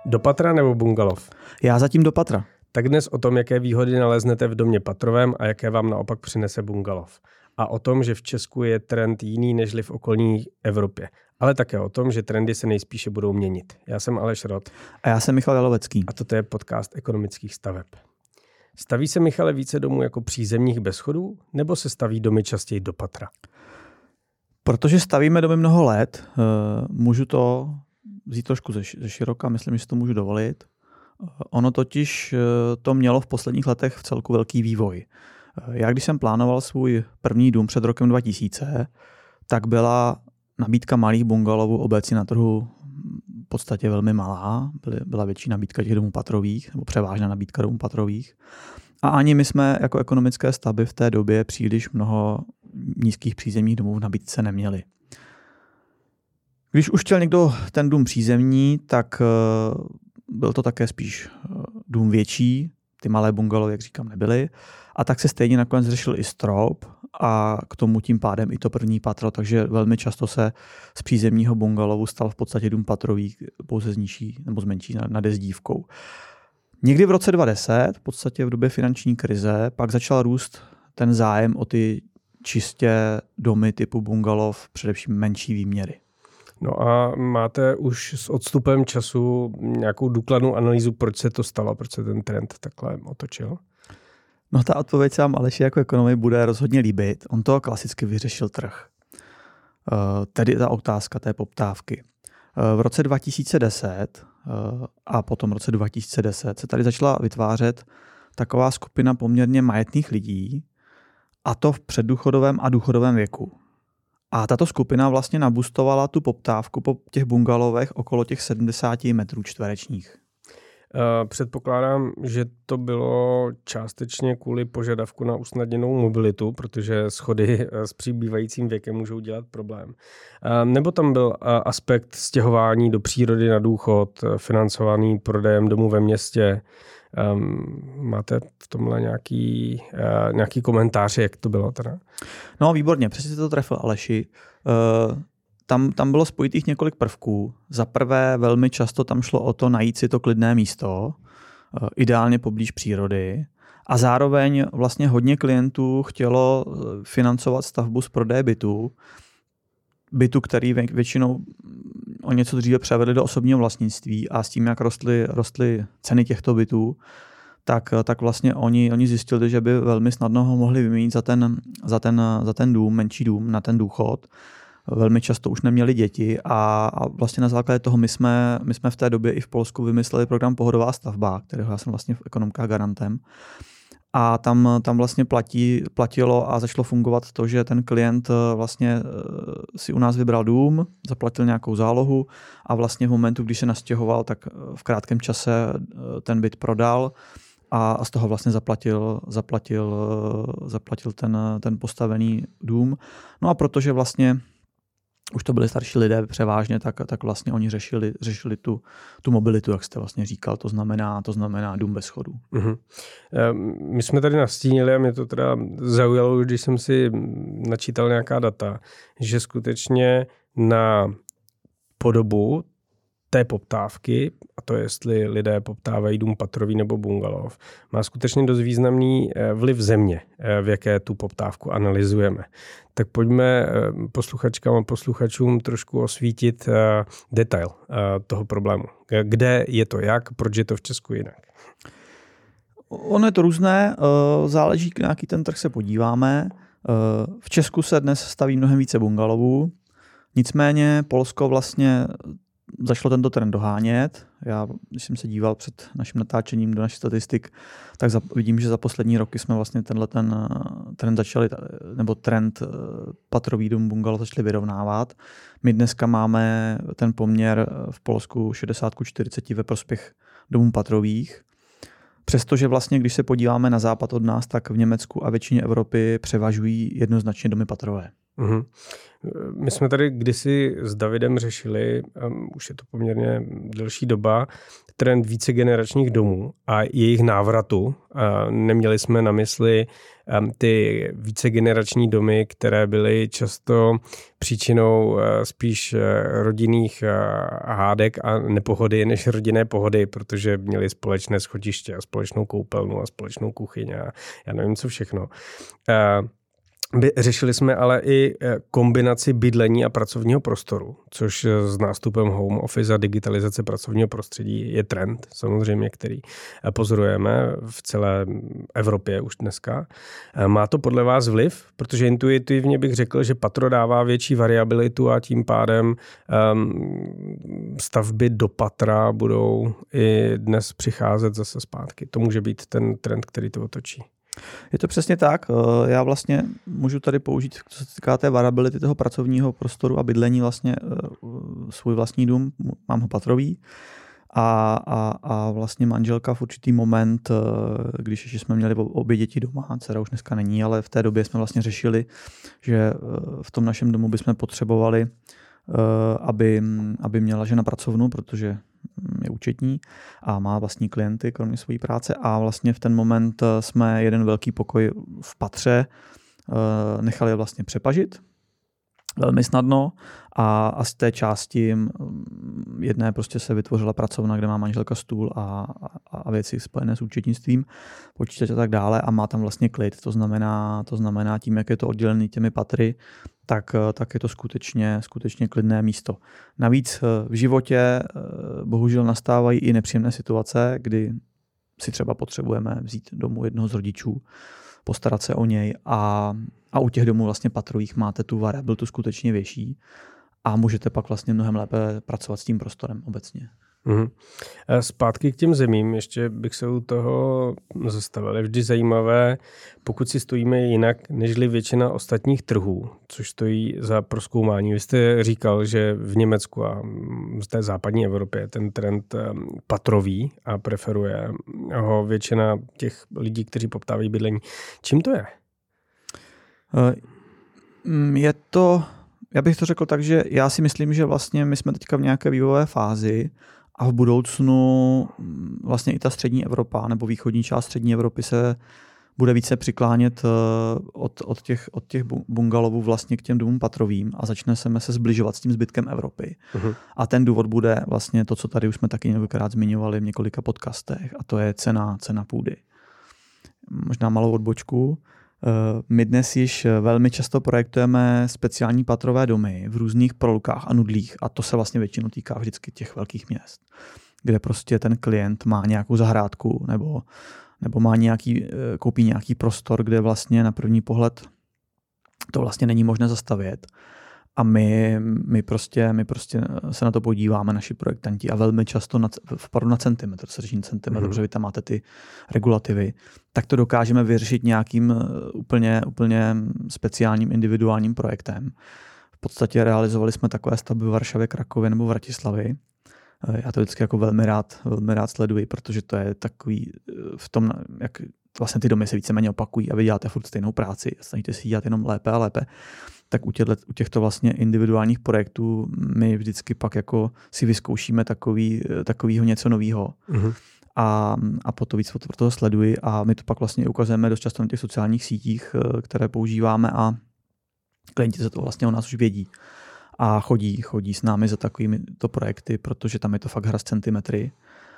Do patra nebo bungalov? Já zatím do patra. Tak dnes o tom, jaké výhody naleznete v domě patrovém a jaké vám naopak přinese bungalov. A o tom, že v Česku je trend jiný nežli v okolní Evropě. Ale také o tom, že trendy se nejspíše budou měnit. Já jsem Aleš Rod. A já jsem Michal Jalovecký. A toto je podcast ekonomických staveb. Staví se, Michale, více domů jako přízemních bez schodů, nebo se staví domy častěji do patra? Protože stavíme domy mnoho let, můžu to vzít trošku ze široka, myslím, že si to můžu dovolit. Ono totiž to mělo v posledních letech v celku velký vývoj. Já když jsem plánoval svůj první dům před rokem 2000, tak byla nabídka malých bungalovů obecně na trhu v podstatě velmi malá. Byla větší nabídka těch domů patrových, nebo převážná nabídka domů patrových. A ani my jsme jako ekonomické stavby v té době příliš mnoho nízkých přízemních domů v nabídce neměli. Když už chtěl někdo ten dům přízemní, tak byl to také spíš dům větší, ty malé bungalovy, jak říkám, nebyly. A tak se stejně nakonec řešil i strop a k tomu tím pádem i to první patro, takže velmi často se z přízemního bungalovu stal v podstatě dům patrový pouze z nižší nebo z menší nad jezdívkou. Někdy v roce 2010, v podstatě v době finanční krize, pak začal růst ten zájem o ty čistě domy typu bungalov, především menší výměry. No a máte už s odstupem času nějakou důkladnou analýzu, proč se to stalo, proč se ten trend takhle otočil? No ta odpověď se vám, Aleši, jako ekonomi bude rozhodně líbit. On to klasicky vyřešil trh. Tedy ta otázka té poptávky. V roce 2010 a potom v roce 2010 se tady začala vytvářet taková skupina poměrně majetných lidí, a to v předdůchodovém a důchodovém věku. A tato skupina vlastně nabustovala tu poptávku po těch bungalovech okolo těch 70 metrů čtverečních. Předpokládám, že to bylo částečně kvůli požadavku na usnadněnou mobilitu, protože schody s přibývajícím věkem můžou dělat problém. Nebo tam byl aspekt stěhování do přírody na důchod, financovaný prodejem domů ve městě. Máte v tomhle nějaký komentář, jak to bylo teda? No výborně, přesně to trefil, Aleši. Tam bylo spojitých několik prvků. Za prvé velmi často tam šlo o to najít si to klidné místo, ideálně poblíž přírody. A zároveň vlastně hodně klientů chtělo financovat stavbu z prodeje bytu, který většinou o něco dříve převedli do osobního vlastnictví a s tím, jak rostly ceny těchto bytů, tak vlastně oni zjistili, že by velmi snadno ho mohli vyměnit za ten dům, menší dům, na ten důchod. Velmi často už neměli děti a vlastně na základě toho my jsme v té době i v Polsku vymysleli program Pohodová stavba, kterého já jsem vlastně v ekonomkách garantem. A tam vlastně platilo a začalo fungovat to, že ten klient vlastně si u nás vybral dům, zaplatil nějakou zálohu a vlastně v momentu, když se nastěhoval, tak v krátkém čase ten byt prodal a z toho vlastně zaplatil ten postavený dům. No a protože vlastně už to byli starší lidé převážně, tak vlastně oni řešili tu mobilitu, jak jste vlastně říkal, to znamená dům bez schodů. Mm-hmm. My jsme tady nastínili a mě to teda zaujalo, když jsem si načítal nějaká data, že skutečně na podobu té poptávky, a to jestli lidé poptávají dům patrový nebo bungalov, má skutečně dost významný vliv země, v jaké tu poptávku analyzujeme. Tak pojďme posluchačkám a posluchačům trošku osvítit detail toho problému. Kde je to jak, proč je to v Česku jinak? Ono je to různé, záleží, na jaký ten trh se podíváme. V Česku se dnes staví mnohem více bungalovů, nicméně Polsko vlastně začalo tento trend dohánět. Já, když jsem se díval před naším natáčením do našich statistik, tak vidím, že za poslední roky jsme vlastně trend patrový dům bungalov začali vyrovnávat. My dneska máme ten poměr v Polsku 60:40 ve prospěch domů patrových. Přestože vlastně, když se podíváme na západ od nás, tak v Německu a většině Evropy převažují jednoznačně domy patrové. Mm-hmm. My jsme tady kdysi s Davidem řešili, už je to poměrně delší doba, trend vícegeneračních domů a jejich návratu. Neměli jsme na mysli ty vícegenerační domy, které byly často příčinou spíš rodinných hádek a nepohody než rodinné pohody, protože měli společné schodiště a společnou koupelnu a společnou kuchyň a já nevím co všechno. Řešili jsme ale i kombinaci bydlení a pracovního prostoru, což s nástupem home office a digitalizace pracovního prostředí je trend, samozřejmě, který pozorujeme v celé Evropě už dneska. Má to podle vás vliv? Protože intuitivně bych řekl, že patro dává větší variabilitu a tím pádem stavby do patra budou i dnes přicházet zase zpátky. To může být ten trend, který to otočí. Je to přesně tak. Já vlastně můžu tady použít, co se týká té variability toho pracovního prostoru a bydlení, vlastně svůj vlastní dům, mám ho patrový a vlastně manželka v určitý moment, když ještě jsme měli obě děti doma, dcera už dneska není, ale v té době jsme vlastně řešili, že v tom našem domu bychom potřebovali, aby měla žena pracovnu, protože je účetní a má vlastní klienty, kromě své práce, a vlastně v ten moment jsme jeden velký pokoj v patře nechali vlastně přepažit velmi snadno a z té části jedné prostě se vytvořila pracovna, kde má manželka stůl a věci spojené s účetnictvím, počítač a tak dále a má tam vlastně klid. To znamená tím, jak je to oddělené těmi patry, tak je to skutečně klidné místo. Navíc v životě bohužel nastávají i nepříjemné situace, kdy si třeba potřebujeme vzít domů jednoho z rodičů, postarat se o něj a u těch domů vlastně patrových máte tu variabilitu skutečně větší a můžete pak vlastně mnohem lépe pracovat s tím prostorem obecně. Mm-hmm. Zpátky k těm zemím, ještě bych se u toho zastavil. Je vždy zajímavé, pokud si stojíme jinak nežli většina ostatních trhů, což stojí za prozkoumání. Vy jste říkal, že v Německu a v té západní Evropě je ten trend patrový a preferuje ho většina těch lidí, kteří poptávají bydlení. Čím to je? Je to, já bych to řekl tak, že já si myslím, že vlastně my jsme teďka v nějaké vývojové fázi a v budoucnu vlastně i ta střední Evropa nebo východní část střední Evropy se bude více přiklánět od těch bungalovů vlastně k těm domům patrovým a začne se zbližovat s tím zbytkem Evropy. Uh-huh. A ten důvod bude vlastně to, co tady už jsme taky několikrát zmiňovali v několika podcastech, a to je cena půdy. Možná malou odbočku. My dnes již velmi často projektujeme speciální patrové domy v různých prolukách a nudlích a to se vlastně většinou týká vždycky těch velkých měst, kde prostě ten klient má nějakou zahrádku nebo má koupí nějaký prostor, kde vlastně na první pohled to vlastně není možné zastavět. A my prostě se na to podíváme, naši projektanti, a velmi často vpadu na centimetr, se řeší centimetr, protože vy tam máte ty regulativy, tak to dokážeme vyřešit nějakým úplně speciálním individuálním projektem. V podstatě realizovali jsme takové stavby v Varšavě, Krakově nebo v Vratislavi. Já to vždycky jako velmi rád sleduji, protože to je takový v tom, jak vlastně ty domy se víceméně opakují a vy děláte furt stejnou práci a snažíte si dělat jenom lépe a lépe. Tak u těchto vlastně individuálních projektů my vždycky pak jako si vyzkoušíme takovýho něco novýho. Uh-huh. A potom víc pro toho sleduji a my to pak vlastně ukazujeme dost často na těch sociálních sítích, které používáme a klienti se to vlastně o nás už vědí. A chodí s námi za takovými to projekty, protože tam je to fakt hra s centimetry.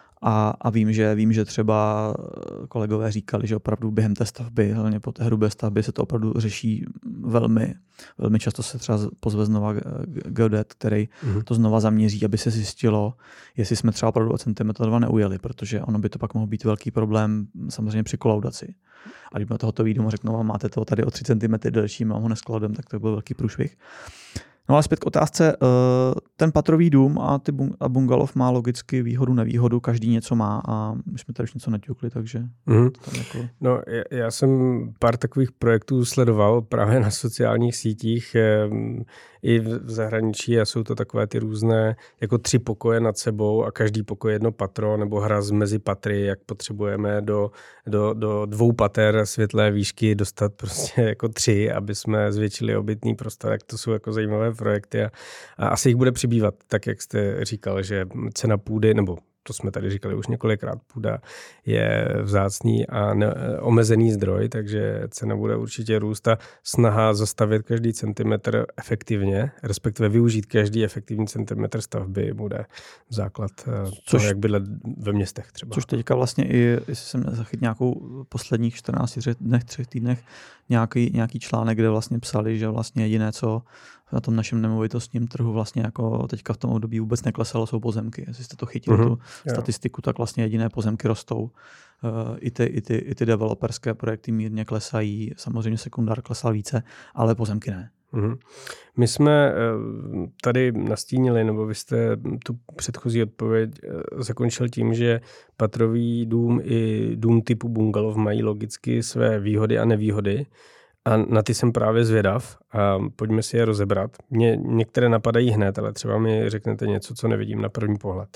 A vím, že třeba kolegové říkali, že opravdu během té stavby, hlavně po té hrubé stavbě, se to opravdu řeší velmi, velmi často se třeba pozve znova geodet, který to znova zaměří, aby se zjistilo, jestli jsme třeba opravdu o centimetr 2 neujeli, protože ono by to pak mohl být velký problém samozřejmě při kolaudaci. A když toho to výjdu, řeknou vám, máte to tady o 3 cm delší, mám ho neskladem, tak to byl velký průšvih. No ale zpět k otázce, ten patrový dům a bungalov má logicky výhodu, nevýhodu, každý něco má a my jsme tady už něco naťukli, takže... Jako... No, já jsem pár takových projektů sledoval právě na sociálních sítích i v zahraničí a jsou to takové ty různé jako 3 pokoje nad sebou a každý pokoj jedno patro nebo hra mezi patry, jak potřebujeme do 2 pater světlé výšky dostat prostě jako 3, aby jsme zvětšili obytný prostor, tak to jsou jako zajímavé projekty a asi jich bude přibývat, tak jak jste říkal, že cena půdy, nebo to jsme tady říkali už několikrát, půda je vzácný a omezený zdroj, takže cena bude určitě růst a snaha zastavět každý centimetr efektivně, respektive využít každý efektivní centimetr stavby bude základ toho, jak bydlet ve městech třeba. Což teďka vlastně i, jestli jsem zachytil nějakou posledních 14 dnech, 3 týdnech, nějaký článek, kde vlastně psali, že vlastně jediné, co na tom našem nemovitostním trhu vlastně jako teďka v tom období vůbec neklesalo, jsou pozemky. Jestli jste to chytili, tu statistiku, tak vlastně jediné pozemky rostou. I ty developerské projekty mírně klesají, samozřejmě sekundár klesal více, ale pozemky ne. My jsme tady nastínili, nebo vy jste tu předchozí odpověď zakončil tím, že patrový dům i dům typu bungalov mají logicky své výhody a nevýhody. A na ty jsem právě zvědav a pojďme si je rozebrat. Mě některé napadají hned, ale třeba mi řeknete něco, co nevidím na první pohled.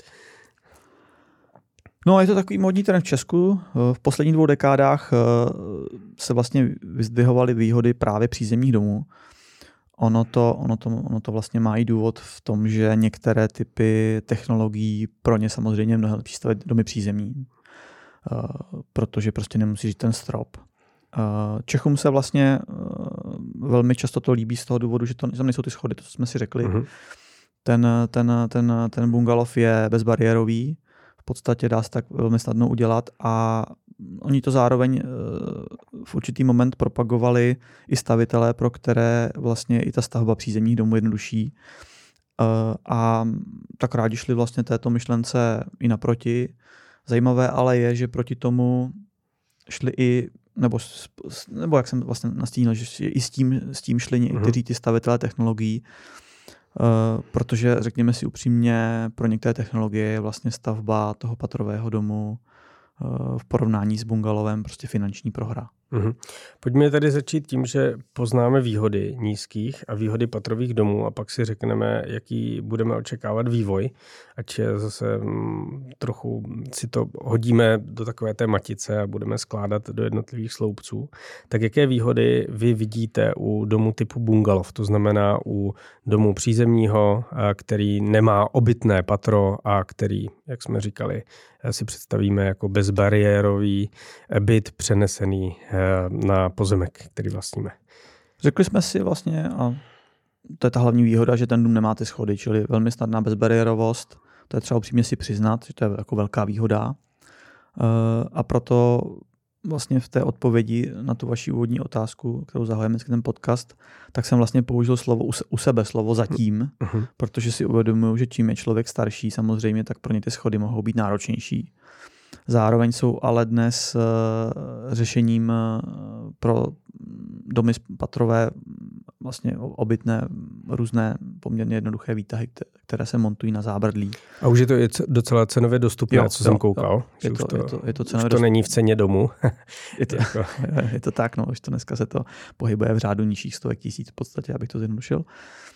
No, je to takový módní trend v Česku. V posledních 2 dekádách se vlastně vyzdvihovaly výhody právě přízemních domů. Ono to vlastně má i důvod v tom, že některé typy technologií pro ně samozřejmě mnohem lepší stavět domy přízemní, protože prostě nemusí žít ten strop. Čechům se vlastně velmi často to líbí z toho důvodu, že tam nejsou ty schody, to co jsme si řekli. Ten bungalov je bezbariérový, v podstatě dá se tak velmi snadno udělat a oni to zároveň v určitý moment propagovali i stavitelé, pro které vlastně i ta stavba přízemních domů jednodušší. A tak rádi šli vlastně této myšlence i naproti. Zajímavé ale je, že proti tomu šli i nebo jak jsem vlastně nastínil, že i s tím šli někteří ty stavitelé technologií, protože řekněme si upřímně, pro některé technologie je vlastně stavba toho patrového domu v porovnání s bungalovem prostě finanční prohra. Pojďme tady začít tím, že poznáme výhody nízkých a výhody patrových domů a pak si řekneme, jaký budeme očekávat vývoj, ať zase trochu si to hodíme do takové té matice a budeme skládat do jednotlivých sloupců. Tak jaké výhody vy vidíte u domu typu bungalov, to znamená u domu přízemního, který nemá obytné patro a který, jak jsme říkali, si představíme jako bezbariérový byt přenesený na pozemek, který vlastníme. Řekli jsme si vlastně, a to je ta hlavní výhoda, že ten dům nemá ty schody, čili velmi snadná bezbariérovost, to je třeba upřímně si přiznat, že to je jako velká výhoda. A proto vlastně v té odpovědi na tu vaši úvodní otázku, kterou zahajeme ten podcast, tak jsem vlastně použil slovo u sebe, slovo zatím, protože si uvědomuji, že čím je člověk starší, samozřejmě, tak pro ně ty schody mohou být náročnější. Zároveň jsou ale dnes řešením pro domy patrové vlastně obytné různé poměrně jednoduché výtahy, které se montují na zábradlí. A už je to docela cenově dostupné, co jsem koukal. Je to cenově to není v ceně domu. Je to tak, no, už to dneska se to pohybuje v řádu nižších stovek tisíc v podstatě, abych to zjednodušil.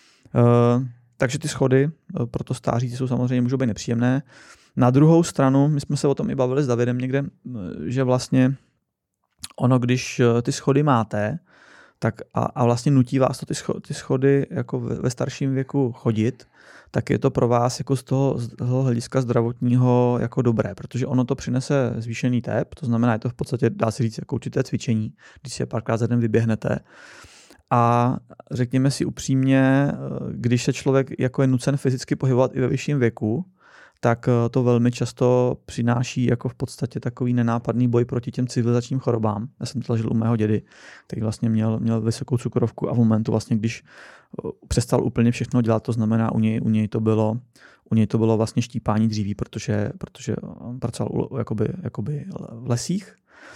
Takže ty schody pro to stáří jsou samozřejmě můžou být nepříjemné. Na druhou stranu, my jsme se o tom i bavili s Davidem někde, že vlastně ono, když ty schody máte, tak a vlastně nutí vás to ty schody jako ve starším věku chodit, tak je to pro vás jako z toho hlediska zdravotního jako dobré, protože ono to přinese zvýšený tep, to znamená, je to v podstatě, dá se říct, jako určité cvičení, když se párkrát za den vyběhnete. A řekněme si upřímně, když se člověk jako je nucen fyzicky pohybovat i ve vyšším věku, tak to velmi často přináší jako v podstatě takový nenápadný boj proti těm civilizačním chorobám. Já jsem to žil u mého dědy, který vlastně měl vysokou cukrovku a v momentu vlastně, když přestal úplně všechno dělat, to znamená u něj to bylo vlastně štípání dříví, protože pracoval jakoby v lesích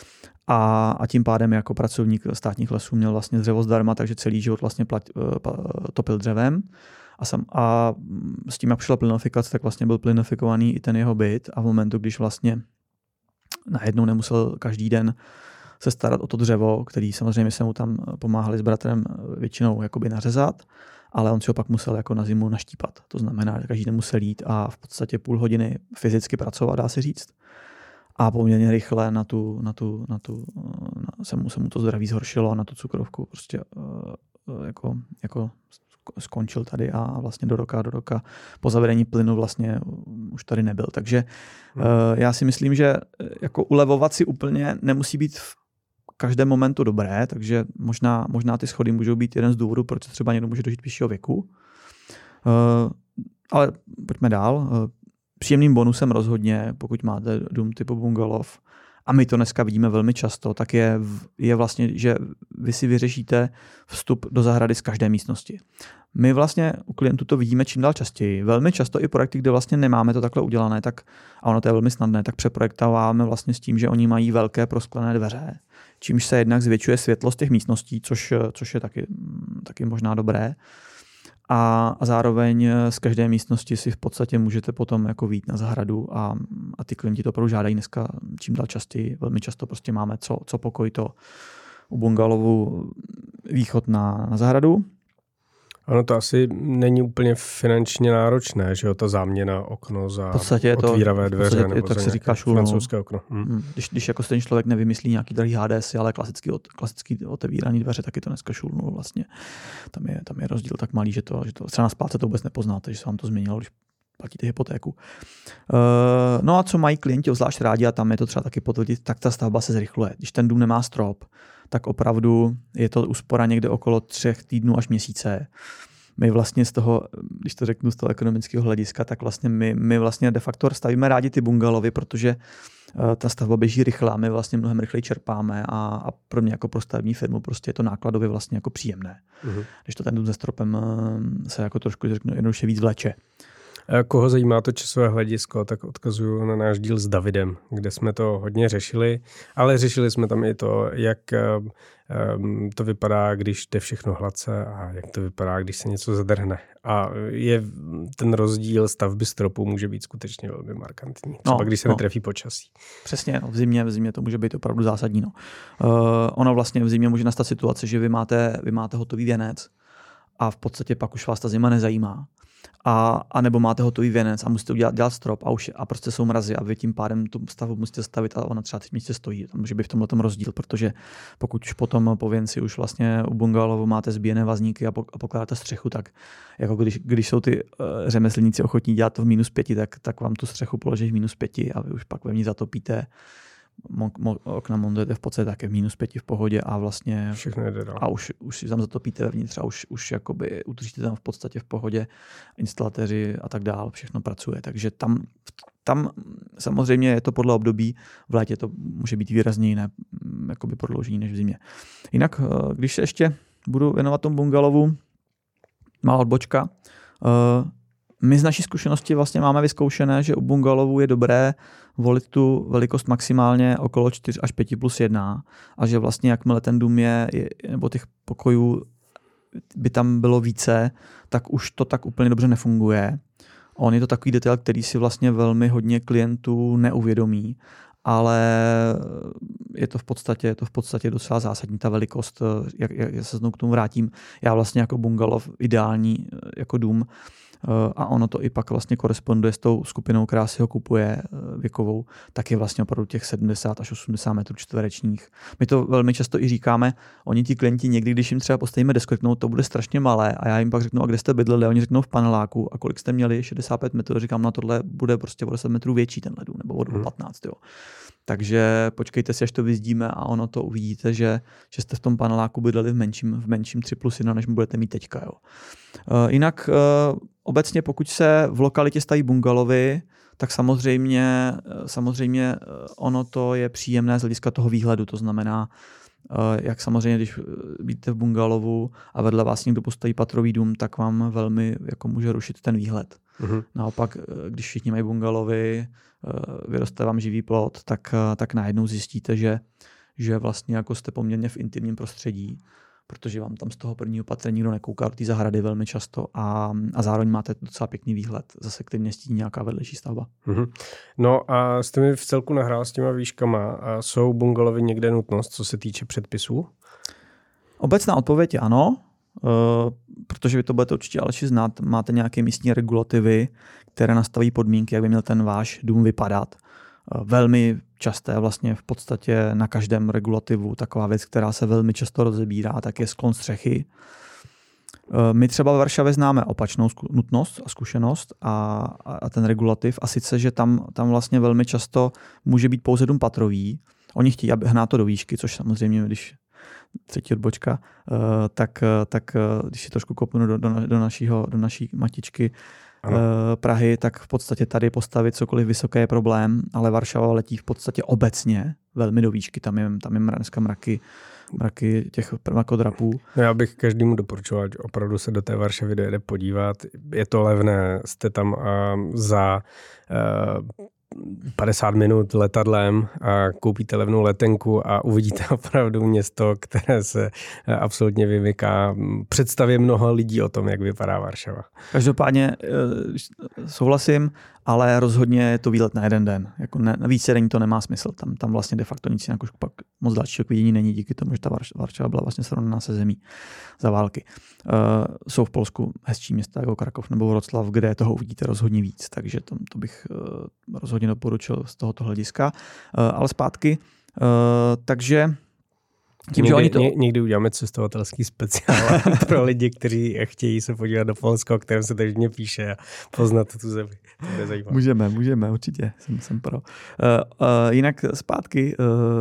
a tím pádem jako pracovník státních lesů měl vlastně dřevo zdarma, takže celý život vlastně topil dřevem. a s tím, jak přišla plynofikace, tak vlastně byl plynofikovaný i ten jeho byt a v momentu, když vlastně najednou nemusel každý den se starat o to dřevo, který samozřejmě se mu tam pomáhali s bratrem většinou jakoby nařezat, ale on si ho pak musel jako na zimu naštípat. To znamená, že každý den musel jít a v podstatě půl hodiny fyzicky pracovat, dá se říct. A poměrně rychle se mu to zdraví zhoršilo a na tu cukrovku prostě jako skončil tady a vlastně do roka po zavedení plynu vlastně už tady nebyl. Takže já si myslím, že jako ulevovat si úplně nemusí být v každém momentu dobré, takže možná ty schody můžou být jeden z důvodů, proč třeba někdo může dožít vyššího věku. Ale pojďme dál. Příjemným bonusem rozhodně, pokud máte dům typu bungalov, a my to dneska vidíme velmi často, tak je vlastně, že vy si vyřešíte vstup do zahrady z každé místnosti. My vlastně u klientů to vidíme čím dál častěji. Velmi často i projekty, kde vlastně nemáme to takhle udělané, a ono to je velmi snadné, tak přeprojektováváme vlastně s tím, že oni mají velké prosklené dveře, čímž se jednak zvětšuje světlost těch místností, což je taky možná dobré. A zároveň z každé místnosti si v podstatě můžete potom jako vyjít na zahradu a ty klienti to opravdu žádají dneska čím dál častěji. Velmi často prostě máme co pokoj to u bungalovu východ na zahradu. Ono to asi není úplně finančně náročné, že jo, ta záměna okno za otvíravé dveře nebo tak za se říká francouzské okno. Když jako ten člověk nevymyslí nějaký drahý HDS, ale klasický otevírání dveře, taky to dneska šulnul vlastně. Tam je rozdíl tak malý, že to třeba na splátce to vůbec nepoznáte, že se vám to změnilo, když platíte hypotéku. No a co mají klienti obzvlášť rádi, a tam je to třeba taky potvrdit, tak ta stavba se zrychluje. Když ten dům nemá strop, tak opravdu je to úspora někde okolo 3 týdnů až měsíce. My vlastně z toho, když to řeknu z toho ekonomického hlediska, tak vlastně my vlastně de facto stavíme rádi ty bungalovy, protože ta stavba běží rychle a my vlastně mnohem rychleji čerpáme a pro mě jako pro stavební firmu prostě je to nákladově vlastně jako příjemné. Když to ten dům se stropem se jako trošku jednoduše víc vleče. Koho zajímá to časové hledisko, tak odkazuju na náš díl s Davidem, kde jsme to hodně řešili, ale řešili jsme tam i to, jak to vypadá, když jde všechno hladce a jak to vypadá, když se něco zadrhne. A ten rozdíl stavby stropu může být skutečně velmi markantní. Třeba když se netrefí počasí. Přesně, v zimě to může být opravdu zásadní. Ono vlastně v zimě může nastat situace, že vy máte hotový věnec a v podstatě pak už vás ta zima nezajímá. A nebo máte hotový věnec a musíte dělat strop a prostě jsou mrazy a vy tím pádem tu stavbu musíte stavit a ona třeba 3 měsíce stojí. Tam může být v tomhletom rozdíl, protože pokud už potom po věnci už vlastně u bungalovu máte zbíjené vazníky a pokládáte střechu, tak jako když jsou ty řemeslníci ochotní dělat to v -5, tak vám tu střechu položí v -5 a vy už pak vevnitř zatopíte. Okna montujete v podstatě také v -5 v pohodě a vlastně všechno jde dál. A už si tam zatopíte vevnitř a už jakoby udržíte tam v podstatě v pohodě, instalatéři a tak dál, všechno pracuje. Takže tam samozřejmě je to podle období, v létě to může být výrazně jiné jakoby prodloužení než v zimě. Jinak, když se ještě budu věnovat tomu bungalovu, malá odbočka, my z naší zkušenosti vlastně máme vyzkoušené, že u bungalovu je dobré volit tu velikost maximálně okolo 4 až 5+1 a že vlastně jakmile ten dům je nebo těch pokojů by tam bylo více, tak už to tak úplně dobře nefunguje. On je to takový detail, který si vlastně velmi hodně klientů neuvědomí, ale je to v podstatě docela zásadní ta velikost, jak se znovu k tomu vrátím. Já vlastně jako bungalov ideální jako dům a ono to i pak vlastně koresponduje s tou skupinou, která si ho kupuje věkovou, tak je vlastně opravdu těch 70 až 80 metrů čtverečních. My to velmi často i říkáme, oni ti klienti někdy, když jim třeba postavíme desku, řeknou, to bude strašně malé a já jim pak řeknu, a kde jste bydleli, a oni řeknou v paneláku, a kolik jste měli, 65 metrů, říkám, na tohle bude prostě o 10 metrů větší tenhle dům, nebo o 15, jo. Takže počkejte si, až to vyzdíme a ono to uvidíte, že jste v tom paneláku bydleli v menším 3+1, než budete mít teďka. Jo. Jinak obecně, pokud se v lokalitě staví bungalovy, tak samozřejmě ono to je příjemné z hlediska toho výhledu. To znamená, jak samozřejmě, když vidíte v bungalovu a vedle vás někdo postaví patrový dům, tak vám velmi jako může rušit ten výhled. Naopak, když všichni mají bungalovy, vyroste vám živý plot, tak najednou zjistíte, že vlastně jako jste poměrně v intimním prostředí, protože vám tam z toho prvního patra nikdo nekouká do té zahrady velmi často a zároveň máte docela pěkný výhled, zase který nestíní nějaká vedlejší stavba. No a jste mi v celku nahrál s těma výškama a jsou bungalovy někde nutnost, co se týče předpisů? Obecná odpověď je ano, protože vy to budete určitě Aleši znát, máte nějaké místní regulativy, které nastaví podmínky, jak by měl ten váš dům vypadat. Velmi časté vlastně v podstatě na každém regulativu taková věc, která se velmi často rozebírá, tak je sklon střechy. My třeba v Varšavě známe opačnou nutnost a zkušenost a ten regulativ a sice, že tam vlastně velmi často může být pouze dům patrový. Oni chtějí hnát to do výšky, což samozřejmě, když třetí odbočka, tak když si trošku kopnu do naší matičky Prahy, tak v podstatě tady postavit cokoliv vysoké je problém, ale Varšava letí v podstatě obecně velmi do výšky. Tam je dneska mraky těch mrakodrapů. No já bych každému doporučoval, že opravdu se do té Varšavy dojede podívat. Je to levné, jste tam za 50 minut letadlem a koupíte levnou letenku a uvidíte opravdu město, které se absolutně vymyká představě mnoha lidí o tom, jak vypadá Varšava. Každopádně souhlasím, ale rozhodně je to výlet na jeden den. Jako na více dní to nemá smysl. Tam vlastně de facto nic jako pak moc dalšího k vidění není díky tomu, že ta Varšava byla vlastně srovnaná se zemí za války. Jsou v Polsku hezčí města jako Krakov nebo Wroclaw, kde toho uvidíte rozhodně víc, takže to bych rozhodně doporučil z tohoto hlediska. Ale zpátky, takže někdy uděláme cestovatelský speciál pro lidi, kteří chtějí se podívat do Polska, o kterém se teď mě píše a poznat tu zemi. To bude zajímavé. Můžeme, určitě. Jsem pro. Jinak zpátky,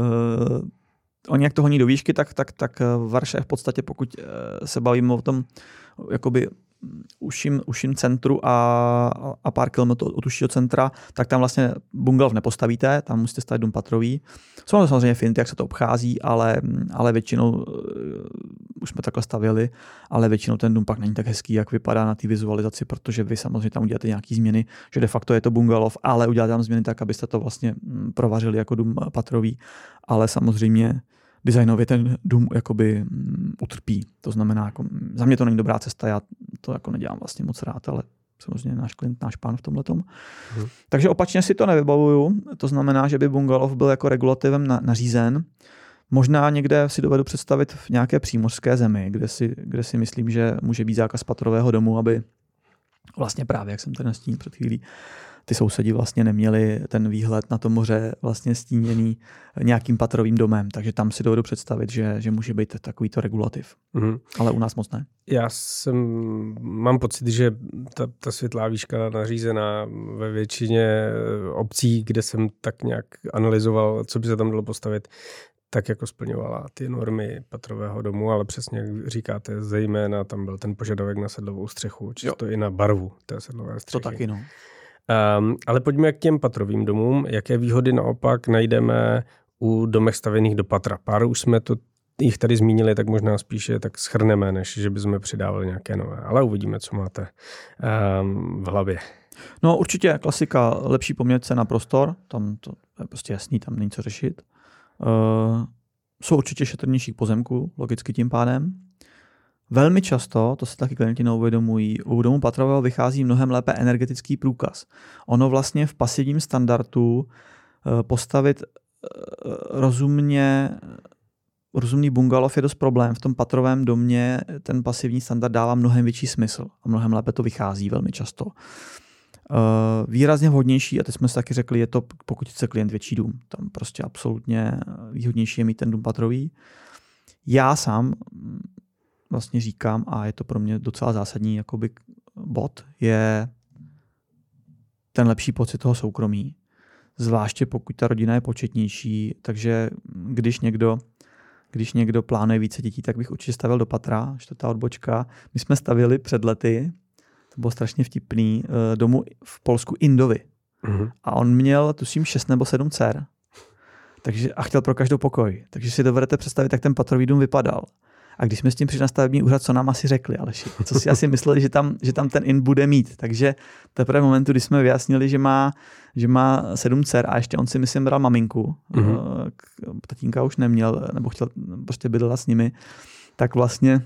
oni jak to honí do výšky, tak Varšava v podstatě, pokud se bavíme o tom jakoby užším centru a pár kilometrů od užšího centra, tak tam vlastně bungalov nepostavíte, tam musíte stavit dům patrový. Jsou to samozřejmě finty, jak se to obchází, ale většinou, už jsme takhle stavěli, ale většinou ten dům pak není tak hezký, jak vypadá na té vizualizaci, protože vy samozřejmě tam uděláte nějaké změny, že de facto je to bungalov, ale uděláte tam změny tak, abyste to vlastně provařili jako dům patrový, ale samozřejmě designově ten dům jakoby utrpí. To znamená, jako, za mě to není dobrá cesta, já to jako nedělám vlastně moc rád, ale samozřejmě náš klient, náš pán v tomhletom. Takže opačně si to nevybavuju, to znamená, že by bungalov byl jako regulativem nařízen. Možná někde si dovedu představit v nějaké přímořské zemi, kde si myslím, že může být zákaz patrového domu, aby vlastně právě, jak jsem tady nastínil před chvílí, ty sousedi vlastně neměli ten výhled na to moře vlastně stíněný nějakým patrovým domem, takže tam si dovedu představit, že může být takovýto regulativ. Ale u nás moc ne. Já mám pocit, že ta světlá výška nařízená ve většině obcí, kde jsem tak nějak analyzoval, co by se tam dalo postavit, tak jako splňovala ty normy patrového domu, ale přesně jak říkáte, zejména tam byl ten požadavek na sedlovou střechu, čisto i na barvu té sedlové střechy. To taky, no. Ale pojďme k těm patrovým domům. Jaké výhody naopak najdeme u domech stavěných do patra? Pár už jsme jich tady zmínili, tak možná spíše tak shrneme, než že bychom přidávali nějaké nové. Ale uvidíme, co máte v hlavě. No určitě klasika, lepší poměr cena prostor, tam to je prostě jasný, tam není co řešit. Jsou určitě šetrnější pozemku, logicky tím pádem. Velmi často, to se taky klienti neuvědomují, u domu patrového vychází mnohem lépe energetický průkaz. Ono vlastně v pasivním standardu postavit rozumný bungalov je dost problém. V tom patrovém domě ten pasivní standard dává mnohem větší smysl a mnohem lépe to vychází velmi často. Výrazně vhodnější, a teď jsme si taky řekli, je to, pokud chce klient větší dům. Tam prostě absolutně výhodnější je mít ten dům patrový. Já sám vlastně říkám, a je to pro mě docela zásadní jakoby bod, je ten lepší pocit toho soukromí. Zvláště pokud ta rodina je početnější, takže když někdo plánuje více dětí, tak bych určitě stavil do patra, 4. odbočka. My jsme stavili před lety, to bylo strašně vtipný, domu v Polsku Indovi. A on měl, tuším, 6 nebo 7 dcer. A chtěl pro každou pokoj. Takže si dovedete představit, jak ten patrový dům vypadal. A když jsme s tím přišli na stavební úřad, co nám asi řekli, Aleši? Co si asi mysleli, že tam ten in bude mít. Takže teprve v momentu, kdy jsme vyjasnili, že má 7 dcer a ještě on si myslím bral maminku, tatínka už neměl, nebo chtěl, prostě bydlela s nimi, tak vlastně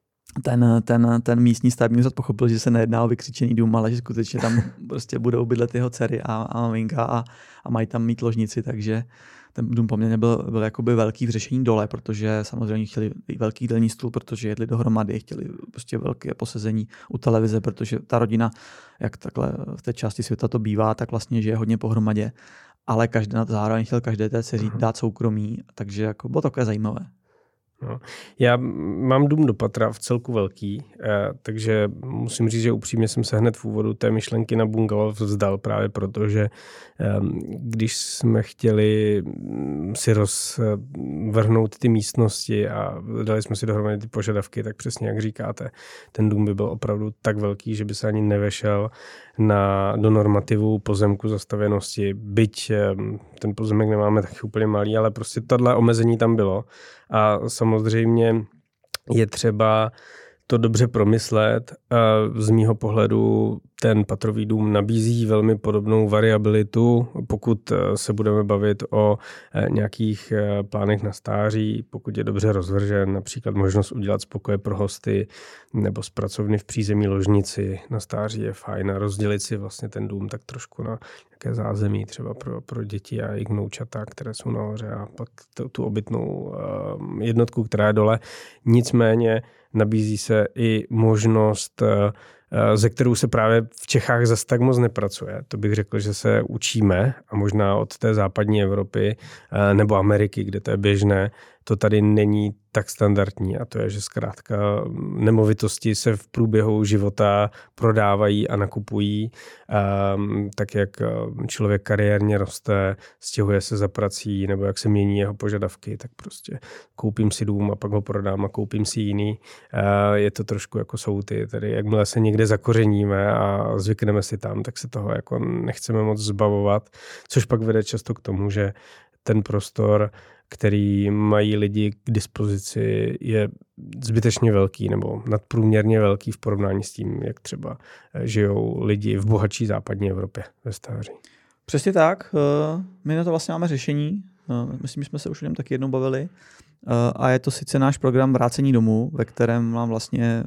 ten místní stavební úřad pochopil, že se nejedná o vykřičený dům, ale že skutečně tam prostě budou bydlet jeho dcery a maminka a mají tam mít ložnici, takže ten dům poměrně byl jakoby velký v řešení dole, protože samozřejmě chtěli velký jídelní stůl, protože jedli dohromady, chtěli prostě velké posezení u televize, protože ta rodina, jak takhle v té části světa to bývá, tak vlastně žije hodně pohromadě, ale zároveň chtěl každé té dceři dát soukromí, takže jako bylo takové zajímavé. No. Já mám dům do patra v celku velký, takže musím říct, že upřímně jsem se hned v úvodu té myšlenky na bungalow vzdal právě proto, že když jsme chtěli si rozvrhnout ty místnosti a dali jsme si dohromady ty požadavky, tak přesně jak říkáte, ten dům by byl opravdu tak velký, že by se ani nevešel do normativu pozemku zastavěnosti. Byť ten pozemek nemáme taky úplně malý, ale prostě tohle omezení tam bylo. A samozřejmě je třeba to dobře promyslet. Z mýho pohledu ten patrový dům nabízí velmi podobnou variabilitu, pokud se budeme bavit o nějakých plánech na stáří, pokud je dobře rozvržen, například možnost udělat spokoje pro hosty nebo z pracovny v přízemí ložnici na stáří je fajn a rozdělit si vlastně ten dům tak trošku na nějaké zázemí třeba pro děti a jejich vnoučata, které jsou nahoře a pak tu obytnou jednotku, která je dole. Nicméně nabízí se i možnost, ze kterou se právě v Čechách zas tak moc nepracuje. To bych řekl, že se učíme a možná od té západní Evropy nebo Ameriky, kde to je běžné, to tady není tak standardní a to je, že zkrátka nemovitosti se v průběhu života prodávají a nakupují, tak jak člověk kariérně roste, stěhuje se za prací nebo jak se mění jeho požadavky, tak prostě koupím si dům a pak ho prodám a koupím si jiný. Je to trošku jako souty, tedy jakmile se někde zakořeníme a zvykneme si tam, tak se toho jako nechceme moc zbavovat, což pak vede často k tomu, že ten prostor, který mají lidi k dispozici, je zbytečně velký nebo nadprůměrně velký v porovnání s tím, jak třeba žijou lidi v bohatší západní Evropě ve stáří. Přesně tak. My na to vlastně máme řešení. Myslím, že jsme se už o něm taky jednou bavili. A je to sice náš program Vrácení domů, ve kterém mám vlastně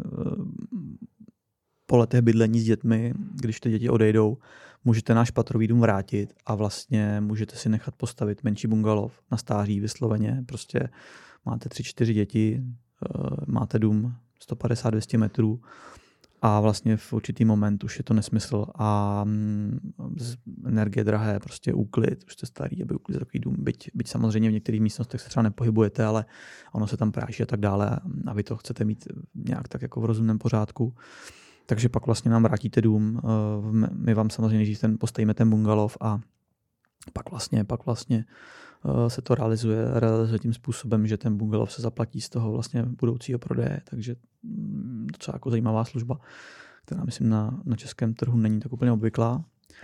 po letech bydlení s dětmi, když ty děti odejdou, můžete náš patrový dům vrátit a vlastně můžete si nechat postavit menší bungalov na stáří vysloveně. Prostě máte 3-4 děti, máte dům 150-200 metrů a vlastně v určitý moment už je to nesmysl a energie drahé, prostě úklid, už jste starý, aby uklidil takový dům, byť samozřejmě v některých místnostech se třeba nepohybujete, ale ono se tam práší a tak dále a vy to chcete mít nějak tak jako v rozumném pořádku. Takže pak vlastně nám vrátíte dům, my vám samozřejmě nejdřív postavíme ten bungalov a pak vlastně se to realizuje tím způsobem, že ten bungalov se zaplatí z toho vlastně budoucího prodeje, takže docela jako zajímavá služba, která myslím na českém trhu není tak úplně obvyklá.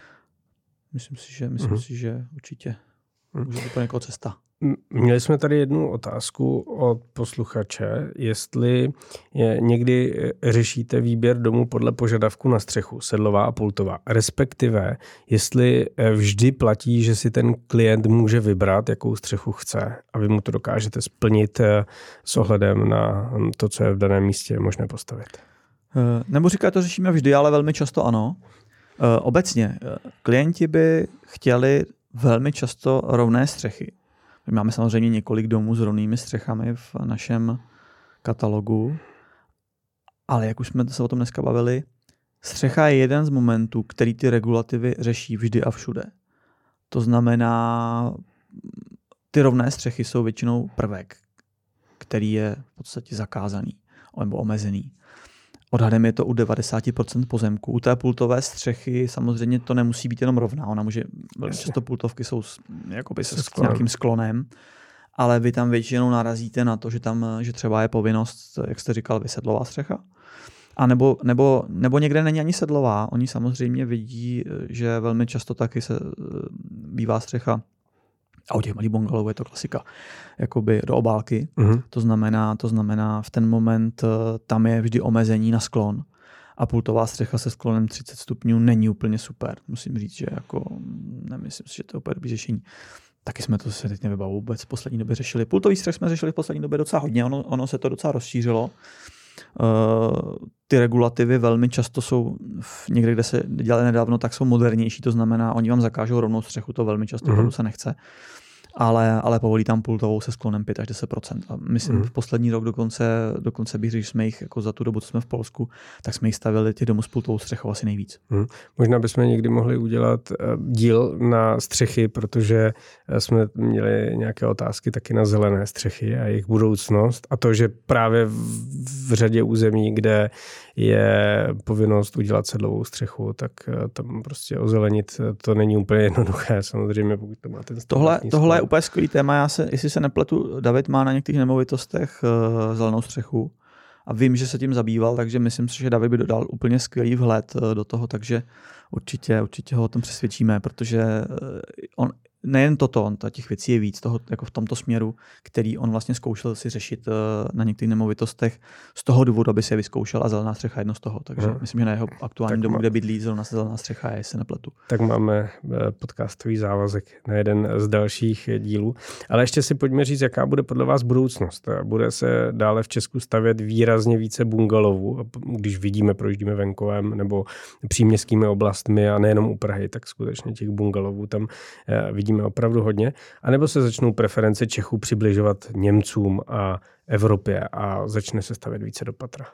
Myslím si, že určitě může být pro někoho cesta. Měli jsme tady jednu otázku od posluchače, jestli někdy řešíte výběr domu podle požadavku na střechu, sedlová a pultová, respektive jestli vždy platí, že si ten klient může vybrat, jakou střechu chce a vy mu to dokážete splnit s ohledem na to, co je v daném místě možné postavit. Nebo říká, to řešíme vždy, ale velmi často ano. Obecně klienti by chtěli velmi často rovné střechy. My máme samozřejmě několik domů s rovnými střechami v našem katalogu, ale jak už jsme se o tom dneska bavili, střecha je jeden z momentů, který ty regulativy řeší vždy a všude. To znamená, ty rovné střechy jsou většinou prvek, který je v podstatě zakázaný nebo omezený. Odhadem je to u 90% pozemků. U té pultové střechy samozřejmě to nemusí být jenom rovná. Ona může, velmi často pultovky jsou jakoby s nějakým sklonem, ale vy tam většinou narazíte na to, že třeba je povinnost, jak jste říkal, vysedlová střecha. A nebo někde není ani sedlová. Oni samozřejmě vidí, že velmi často taky se bývá střecha a u těch malých bungalovů je to klasika, jakoby do obálky. To znamená v ten moment tam je vždy omezení na sklon a pultová střecha se sklonem 30 stupňů není úplně super. Musím říct, že jako nemyslím si, že to je úplně dobrý řešení. Taky jsme to se teď nevybavu vůbec v poslední době řešili. Pultový střech jsme řešili v poslední době docela hodně, ono se to docela rozšířilo. Ty regulativy velmi často jsou někde, kde se dělali nedávno, tak jsou modernější, to znamená, oni vám zakážou rovnou střechu, to velmi často pokud se nechce. Ale povolí tam pultovou se sklonem 5 až 10%. A myslím, v poslední rok dokonce bych řekl, že jsme jich jako za tu dobu, co jsme v Polsku, tak jsme jich stavili těch domů s pultovou střechou asi nejvíc. Možná bychom někdy mohli udělat díl na střechy, protože jsme měli nějaké otázky taky na zelené střechy a jejich budoucnost. A to, že právě v řadě území, kde je povinnost udělat sedlovou střechu, tak tam prostě ozelenit to není úplně jednoduché. Samozřejmě, pokud to má ten Tohle je úplně skvělý téma. Jestli se nepletu, David má na některých nemovitostech zelenou střechu a vím, že se tím zabýval, takže myslím si, že David by dodal úplně skvělý vhled do toho, takže určitě ho o tom přesvědčíme, protože on nejen toto, těch věcí je víc toho, jako v tomto směru, který on vlastně zkoušel si řešit na některých nemovitostech z toho důvodu, aby se je vyzkoušel a zelená střecha jedno z toho. Takže myslím, že na jeho aktuálním domu, kde bydlí, zelená střecha je, jestli nepletu. Tak máme podcastový závazek na jeden z dalších dílů. Ale ještě si pojďme říct, jaká bude podle vás budoucnost. Bude se dále v Česku stavět výrazně více bungalovů, když projíždíme venkovem nebo příměstskými oblastmi a nejenom u Prahy, tak skutečně těch bungalovů tam vidíme opravdu hodně, anebo se začnou preference Čechů přibližovat Němcům a Evropě a začne se stavět více do patra?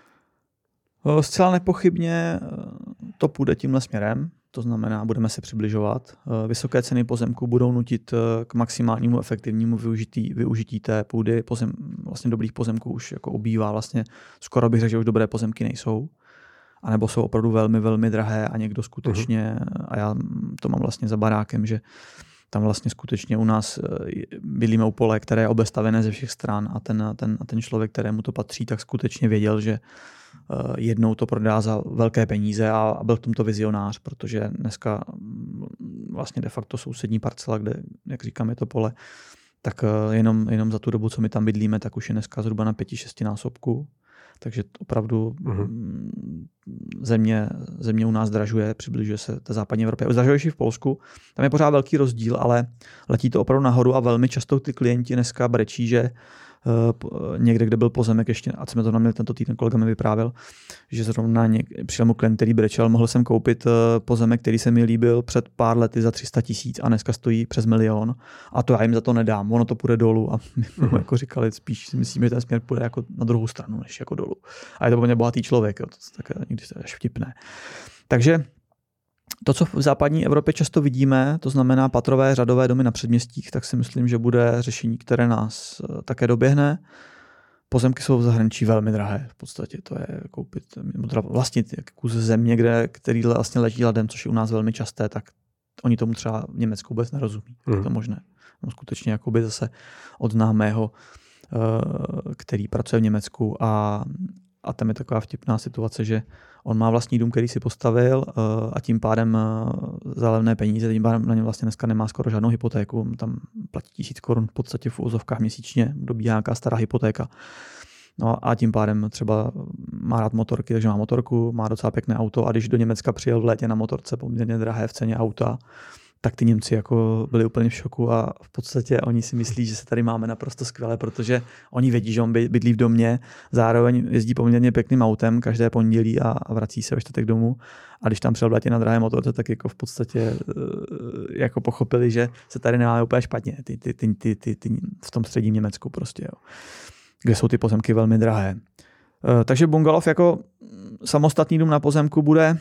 Zcela nepochybně to půjde tímhle směrem, to znamená, budeme se přibližovat. Vysoké ceny pozemků budou nutit k maximálnímu efektivnímu využití té půdy. Vlastně dobrých pozemků už jako ubývá, vlastně skoro bych řekl, že už dobré pozemky nejsou. A nebo jsou opravdu velmi, velmi drahé a někdo skutečně, a já to mám vlastně za barákem, že tam vlastně skutečně u nás bydlíme u pole, které je obestavené ze všech stran a ten člověk, kterému to patří, tak skutečně věděl, že jednou to prodá za velké peníze a byl v tomto vizionář, protože dneska vlastně de facto sousední parcela, kde, jak říkám, je to pole, tak jenom za tu dobu, co my tam bydlíme, tak už je dneska zhruba na 5-6 násobku. Takže opravdu země u nás zdražuje, přibližuje se té západní Evropě. Zdražuje i v Polsku, tam je pořád velký rozdíl, ale letí to opravdu nahoru a velmi často ty klienti dneska brečí, že někde, kde byl pozemek ještě, a jsme to měli tento týden, kolega mi vyprávěl, že zrovna přišel mu klient, který brečel, mohl jsem koupit pozemek, který se mi líbil před pár lety za 300 000 a dneska stojí přes 1 000 000 a to já jim za to nedám, ono to půjde dolů a my jako říkali, spíš si myslíme, že ten směr půjde jako na druhou stranu, než jako dolů. A je to poměrně bohatý člověk, jo, to tak někdy až vtipné. Takže to, co v západní Evropě často vidíme, to znamená patrové řadové domy na předměstích, tak si myslím, že bude řešení, které nás také doběhne. Pozemky jsou v zahraničí velmi drahé. V podstatě to je koupit, vlastnit kus země, který vlastně leží ladem, což je u nás velmi časté, tak oni tomu třeba v Německu vůbec nerozumí. Je to možné. No, skutečně jakoby zase od známého, který pracuje v Německu a tam je taková vtipná situace, že on má vlastní dům, který si postavil a tím pádem za levné peníze, tím pádem na něm vlastně dneska nemá skoro žádnou hypotéku, tam platí 1000 korun v podstatě v úzovkách měsíčně, dobíhá nějaká stará hypotéka. No a tím pádem třeba má rád motorky, takže má motorku, má docela pěkné auto a když do Německa přijel v létě na motorce poměrně drahé v ceně auta, tak ty Němci jako byli úplně v šoku a v podstatě oni si myslí, že se tady máme naprosto skvěle, protože oni vědí, že on bydlí v domě, zároveň jezdí poměrně pěkným autem každé pondělí a vrací se ve čtvrtek domů. A když tam přijel v létě na drahé motorce, tak jako v podstatě jako pochopili, že se tady nemáme úplně špatně v tom středním Německu prostě, jo, kde jsou ty pozemky velmi drahé. Takže bungalov jako samostatný dům na pozemku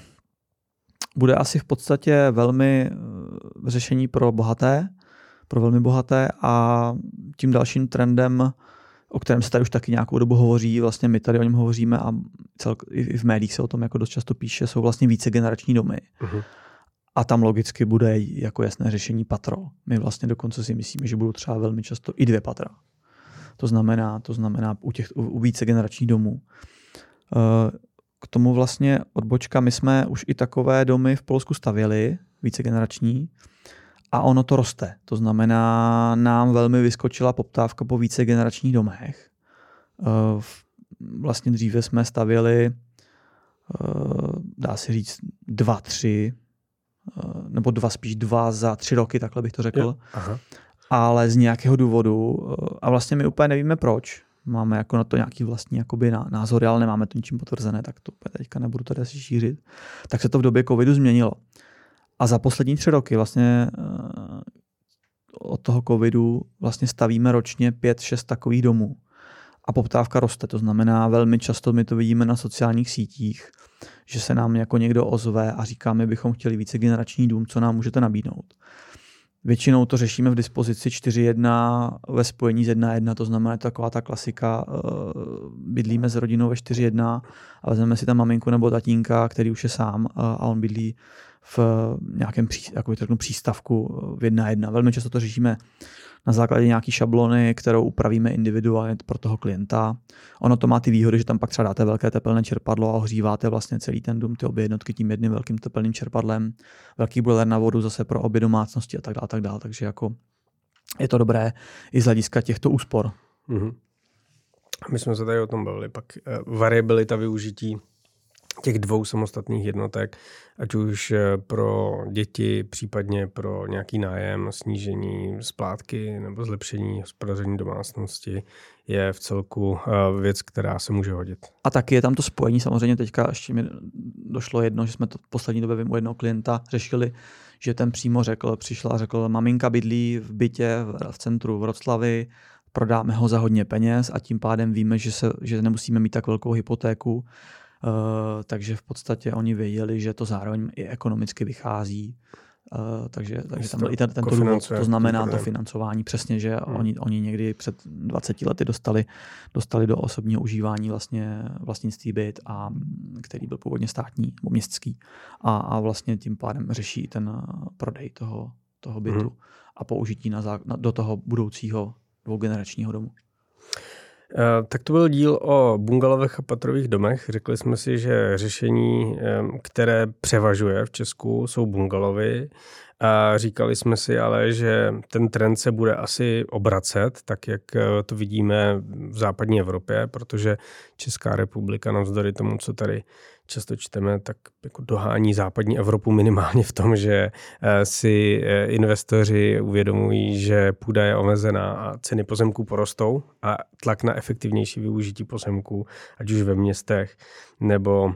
bude asi v podstatě velmi řešení pro velmi bohaté a tím dalším trendem, o kterém se tady už taky nějakou dobu hovoří, vlastně my tady o něm hovoříme a i v médiích se o tom jako dost často píše, jsou vlastně vícegenerační domy. A tam logicky bude jako jasné řešení patro. My vlastně dokonce si myslíme, že budou třeba velmi často i 2 patra. To znamená u vícegeneračních domů. K tomu vlastně odbočka, my jsme už i takové domy v Polsku stavěli, vícegenerační, a ono to roste. To znamená, nám velmi vyskočila poptávka po vícegeneračních domech. Vlastně dříve jsme stavěli, dá se říct, 2-3 nebo spíš 2 za 3 roky, takhle bych to řekl. Jo. Aha. Ale z nějakého důvodu, a vlastně my úplně nevíme proč, máme jako na to nějaký vlastní jakoby názory, ale nemáme to ničím potvrzené, tak to teďka nebudu tady asi šířit, tak se to v době covidu změnilo. A za poslední 3 roky vlastně od toho covidu vlastně stavíme ročně 5-6 takových domů. A poptávka roste, to znamená, velmi často my to vidíme na sociálních sítích, že se nám jako někdo ozve a říká, my bychom chtěli vícegenerační dům, co nám můžete nabídnout. Většinou to řešíme v dispozici 4:1 ve spojení s 1:1, to znamená taková ta klasika, bydlíme s rodinou ve 4:1 a vezmeme si tam maminku nebo tatínka, který už je sám a on bydlí v nějakém přístavku v 1:1. Velmi často to řešíme na základě nějaký šablony, kterou upravíme individuálně pro toho klienta. Ono to má ty výhody, že tam pak třeba dáte velké tepelné čerpadlo a ohříváte vlastně celý ten dům, ty obě jednotky tím jedním velkým tepelným čerpadlem, velký boiler na vodu zase pro obě domácnosti a tak dále. Takže jako je to dobré i z hlediska těchto úspor. Mm-hmm. My jsme se tady o tom bavili, pak variabilita využití těch 2 samostatných jednotek, ať už pro děti, případně pro nějaký nájem, snížení splátky nebo zlepšení hospodaření domácnosti, je v celku věc, která se může hodit. A taky je tam to spojení, samozřejmě teďka ještě mi došlo jedno, že jsme to v poslední době u jednoho klienta řešili, že ten přímo přišla a řekl, maminka bydlí v bytě v centru Wroclawi, prodáme ho za hodně peněz a tím pádem víme, že nemusíme mít tak velkou hypotéku. Takže v podstatě oni věděli, že to zároveň i ekonomicky vychází. Takže tam byl i tento důvod, to znamená to financování. Přesně, že oni někdy před 20 lety dostali do osobního užívání vlastně vlastnictví byt, který byl původně státní nebo městský. A vlastně tím pádem řeší ten prodej toho bytu a použití do toho budoucího 2generačního domu. Tak to byl díl o bungalovech a patrových domech. Řekli jsme si, že řešení, které převažuje v Česku, jsou bungalovy. A říkali jsme si ale, že ten trend se bude asi obracet, tak jak to vidíme v západní Evropě, protože Česká republika navzdory tomu, co tady často čteme, tak jako dohání západní Evropu minimálně v tom, že si investoři uvědomují, že půda je omezená a ceny pozemků porostou a tlak na efektivnější využití pozemků, ať už ve městech nebo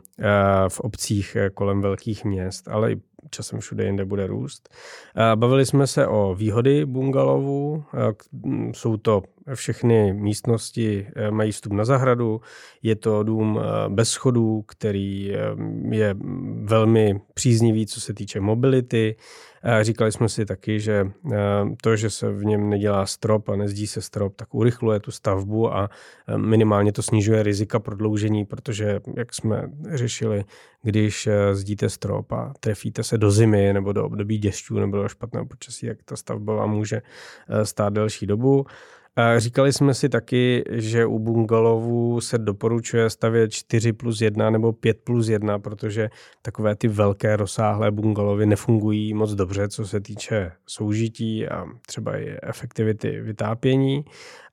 v obcích kolem velkých měst, ale i časem všude jinde bude růst. Bavili jsme se o výhody bungalovu. Jsou to všechny místnosti, mají vstup na zahradu. Je to dům bez schodů, který je velmi příznivý, co se týče mobility. Říkali jsme si taky, že to, že se v něm nedělá strop a nezdí se strop, tak urychluje tu stavbu a minimálně to snižuje rizika prodloužení, protože, jak jsme řešili, když zdíte strop a trefíte se do zimy nebo do období dešťů nebo do špatného počasí, tak ta stavba vám může stát delší dobu. Říkali jsme si taky, že u bungalovů se doporučuje stavět 4+1 nebo 5+1, protože takové ty velké rozsáhlé bungalovy nefungují moc dobře, co se týče soužití a třeba i efektivity vytápění.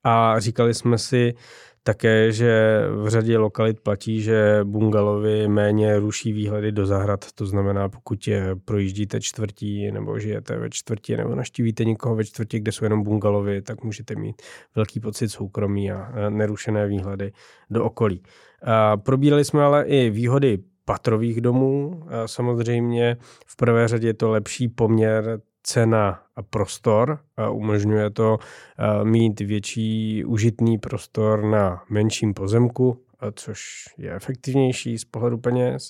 A říkali jsme si také, že v řadě lokalit platí, že bungalovy méně ruší výhledy do zahrad. To znamená, pokud projíždíte čtvrtí nebo žijete ve čtvrti nebo navštívíte někoho ve čtvrti, kde jsou jenom bungalovy, tak můžete mít velký pocit soukromí a nerušené výhledy do okolí. Probírali jsme ale i výhody patrových domů. Samozřejmě v prvé řadě je to lepší poměr cena a prostor a umožňuje to mít větší užitný prostor na menším pozemku, což je efektivnější z pohledu peněz,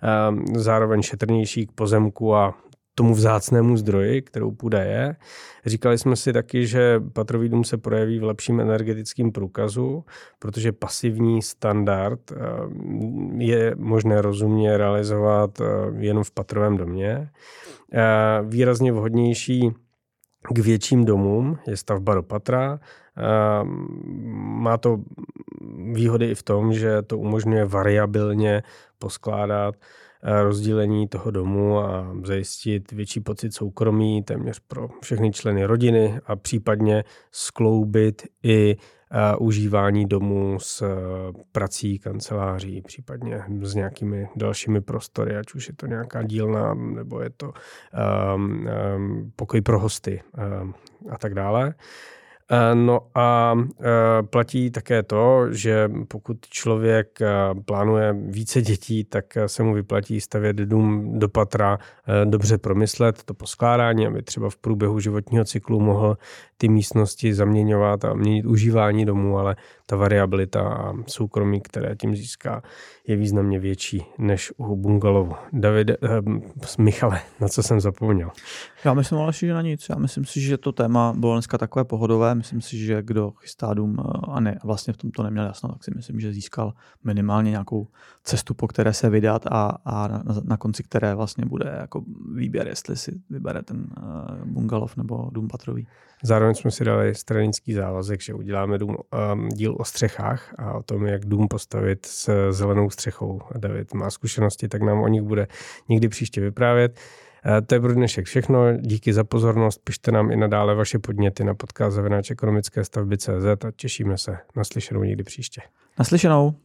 zároveň šetrnější k pozemku a tomu vzácnému zdroji, kterou půda je. Říkali jsme si taky, že patrový dům se projeví v lepším energetickém průkazu, protože pasivní standard je možné rozumně realizovat jenom v patrovém domě. Výrazně vhodnější k větším domům je stavba do patra. Má to výhody i v tom, že to umožňuje variabilně poskládat rozdílení toho domu a zajistit větší pocit soukromí téměř pro všechny členy rodiny a případně skloubit i užívání domů s prací, kanceláří, případně s nějakými dalšími prostory, ať už je to nějaká dílna, nebo je to pokoj pro hosty a tak dále. No a platí také to, že pokud člověk plánuje více dětí, tak se mu vyplatí stavět dům do patra, dobře promyslet to poskládání, aby třeba v průběhu životního cyklu mohl ty místnosti zaměňovat a měnit užívání domu, ale ta variabilita a soukromí, které tím získá, je významně větší než u bungalovu. Michale, na co jsem zapomněl? Já myslím ale, že na nic. Já myslím si, že to téma bylo dneska takové pohodové. Myslím si, že kdo chystá dům a ne, vlastně v tom to neměl jasno, tak si myslím, že získal minimálně nějakou cestu, po které se vydat a na konci které vlastně bude jako výběr, jestli si vybere ten bungalov nebo dům patrový. Zároveň jsme si dali stranický závazek, že uděláme díl o střechách a o tom, jak dům postavit s zelenou střechou. David má zkušenosti, tak nám o nich bude někdy příště vyprávět. To je pro dnešek všechno. Díky za pozornost. Pište nám i nadále vaše podněty na podcast @ekonomickestavby.cz a těšíme se na slyšenou někdy příště. Naslyšenou.